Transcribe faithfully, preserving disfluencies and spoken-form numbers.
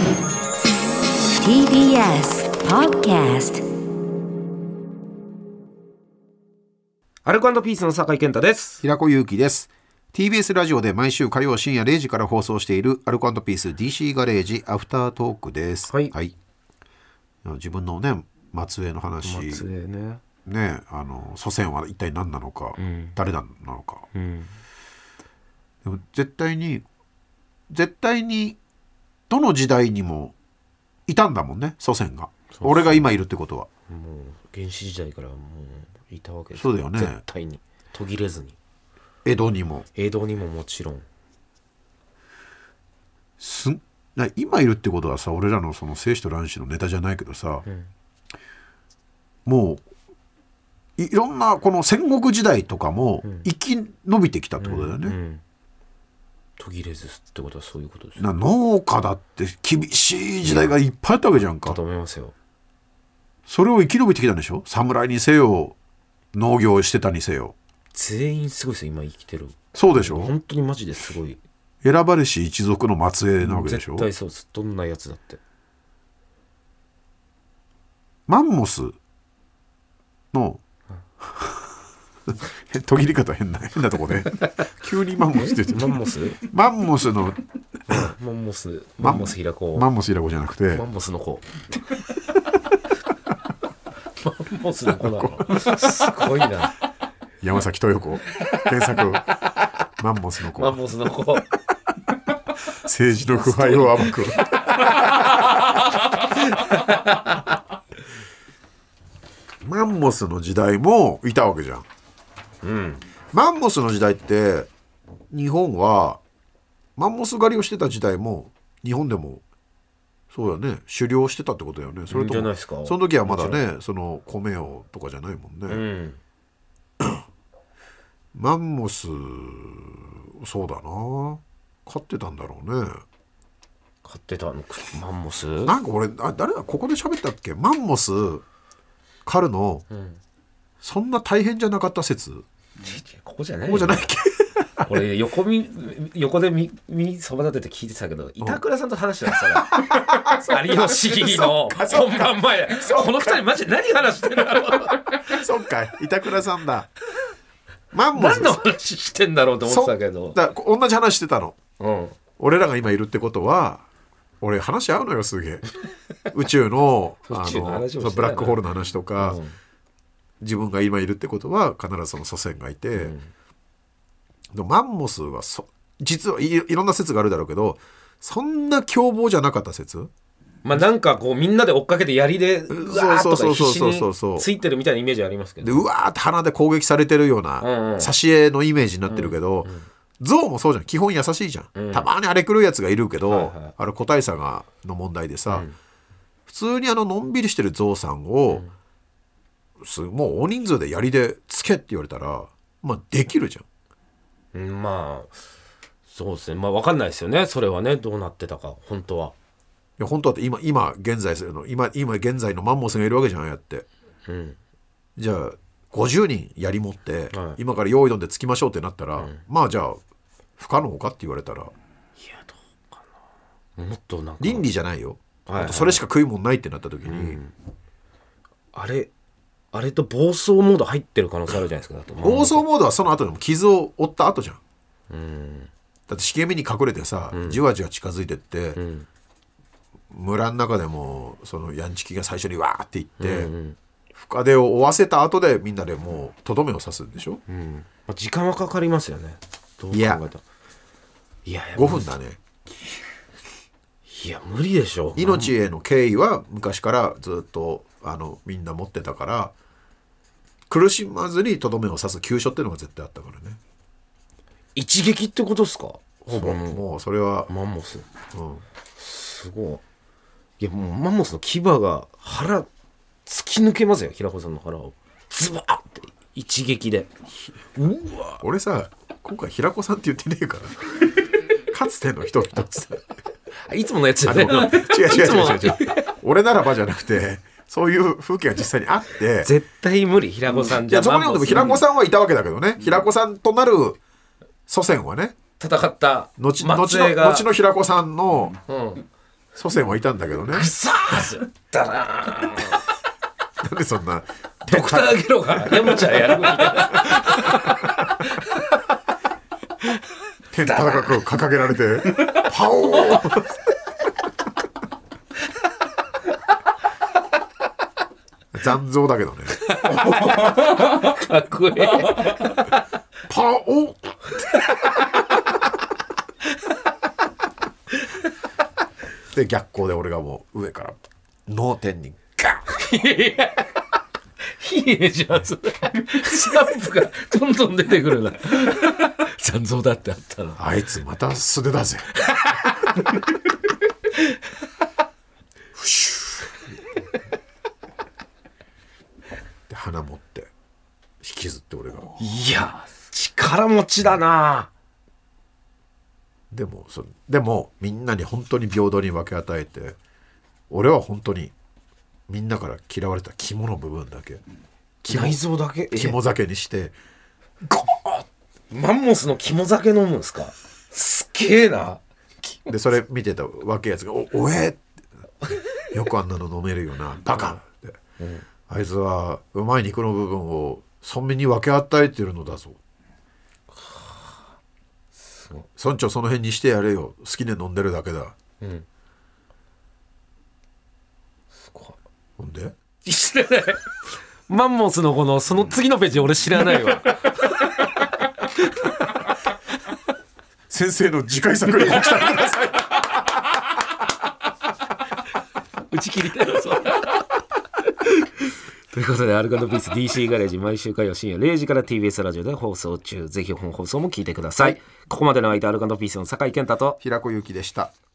ティービーエス Podcast。 アルコ&ピースの酒井健太です。 平子祐希です。 ティービーエス ラジオで毎週火曜深夜れいじから放送しているアルコ&ピース ディーシー ガレージアフタートークです。 はい、 はい、自分のね末裔の話末裔ね、 ね、あの祖先は一体何なのか、うん、誰なのか、うん、でも絶対に絶対にどの時代にもいたんだもんね、祖先が。そうそう、俺が今いるってことはもう原始時代からもういたわけです。 そうだよね、 絶対に途切れずに。 江戸にも江戸にももちろんすな今いるってことはさ、俺らのその生死と卵子のネタじゃないけどさ、うん、もう い, いろんなこの戦国時代とかも生き延びてきたってことだよね、うんうんうん、 途切れずってことはそういうことです。 な農家だって厳しい時代がいっぱいあったわけじゃんか。 だと思いますよ。それを生き延びてきたんでしょ。侍にせよ農業をしてたにせよ全員すごいですよ今生きてる。 そうでしょ。 本当にマジですごい。 選ばれし一族の末裔なわけでしょ。 絶対そうです。どんなやつだってマンモスの、うん、途切り方変な変なとこで急にマンモスって言ってマンモスマンモスのマンモスマンモス平子マンモス平子じゃなくてマンモスの子マンモスの子なのすごいな。 山崎豊子検索マンモスの子マンモスの子政治の腐敗を暴くマンモスの時代もいたわけじゃん、うん、マンモスの時代って日本はマンモス狩りをしてた時代も日本でもそうだね狩猟してたってことだよね。それともじゃないですか。 その時はまだねその米をとかじゃないもんね、うんマンモスそうだな飼ってたんだろうね。 飼ってたのマンモスなんか俺あ誰だここで喋ったっけ。マンモス狩るの、うん、そんな大変じゃなかった説。 ここじゃないここじゃないっけ俺横み横でみみそば立てて聞いてたけど板倉さんと話してたんですよ有吉の本番前このふたりマジで何話してんだろうそっか板倉さんだ。マンモス何の話してんだろうと思ってたけどだ同じ話してたの、うん、俺らが今いるってことは俺話合うのよすげえ宇宙のあのそのブラックホールの話とか、うん、自分が今いるってことは必ずその祖先がいて、うん、でマンモスはそ実はい、いろんな説があるだろうけどそんな凶暴じゃなかった説。 まあなんかこうみんなで追っかけて槍でうわーっとか必死についてるみたいなイメージありますけど、 でうわーって鼻で攻撃されてるような挿絵のイメージになってるけど、うんうん、象もそうじゃん。基本優しいじゃん、うん、たまに荒れ狂うやつがいるけど、はいはい、あれ個体差がの問題でさ、うん、普通にあののんびりしてる象さんを、うん、もう大人数で槍でつけって言われたらまあできるじゃん、 うん、まあそうですね。まあ分かんないですよねそれはねどうなってたか本当は。 いや本当は今今現在の今今現在のマンモスがいるわけじゃんやって、うん、じゃあごじゅうにん槍持って、はい、今から用意どんでつきましょうってなったら、うん、まあじゃあ不可能かって言われたらいやどうかなもっとなんか倫理じゃないよ、はいはい、あとそれしか食い物ないってなった時に、うん、 あれあれと暴走モード入ってる可能性あるじゃないですか。だと暴走モードはその後でも傷を負った後じゃん、うん、だって茂みに隠れてさ、うん、じわじわ近づいてって、うん村の中でもそのヤンチキが最初にわーっていって、うんうん、深手を負わせた後でみんなでもうとどめを刺すんでしょ、うんまあ、時間はかかりますよね。どう考えたらいやごふんだね。 いや無理でしょ。 命への敬意は昔からずっとあのみんな持ってたから苦しまずにとどめを刺す急所っていうのが絶対あったからね。 一撃ってことですか。 ほぼもうそれはマンモス、うん、すごい。いやもうマンモスの牙が腹突き抜けますよ平子さんの腹をズバーって一撃で。 うわ俺さ今回平子さんって言ってねえからかつての人々っつっていつものやつじゃね。違う違う違う違う違う俺ならばじゃなくてそういう風景が実際にあって絶対無理。平子さんじゃ、 うん、いやそこにでも平子さんはいたわけだけどね、うん、平子さんとなる祖先はね戦った後の後の平子さんの、うん祖先はいたんだけどね。 くさーだななんでそんなドクターゲロがヤムチャやるみたいな天高く掲げられてパオー残像だけどねかっこいいパオで逆光で俺がもう上から脳天にガッいいねじゃんそれスタンプがどんどん出てくるな残像だってあったの。 あいつまた素手だぜフシュで鼻持って引きずって俺がいや力持ちだな。 でもそでもみんなに本当に平等に分け与えて俺は本当にみんなから嫌われた肝の部分だけ内臓だけ肝酒にしてゴーマンモスの肝酒飲むんすか。すげえな。 でそれ見てた若いやつが「おおえ!」ってよくあんなの飲めるよなバカって、うん、あいつはうまい肉の部分を村民に分け与えてるのだぞ。村長その辺にしてやれよ、好きで飲んでるだけだ。うん、 すごい。 ほんで知らないマンモスのこのその次のページ俺知らないわ先生の次回作にご期待ください打ち切りたいなそうということでアルコ&ピース ディーシー ガレージ毎週火曜深夜れいじから ティービーエス ラジオで放送中。ぜひ本放送も聞いてください、はい、ここまでの相手アルコ&ピースの酒井健太と平子祐希でした。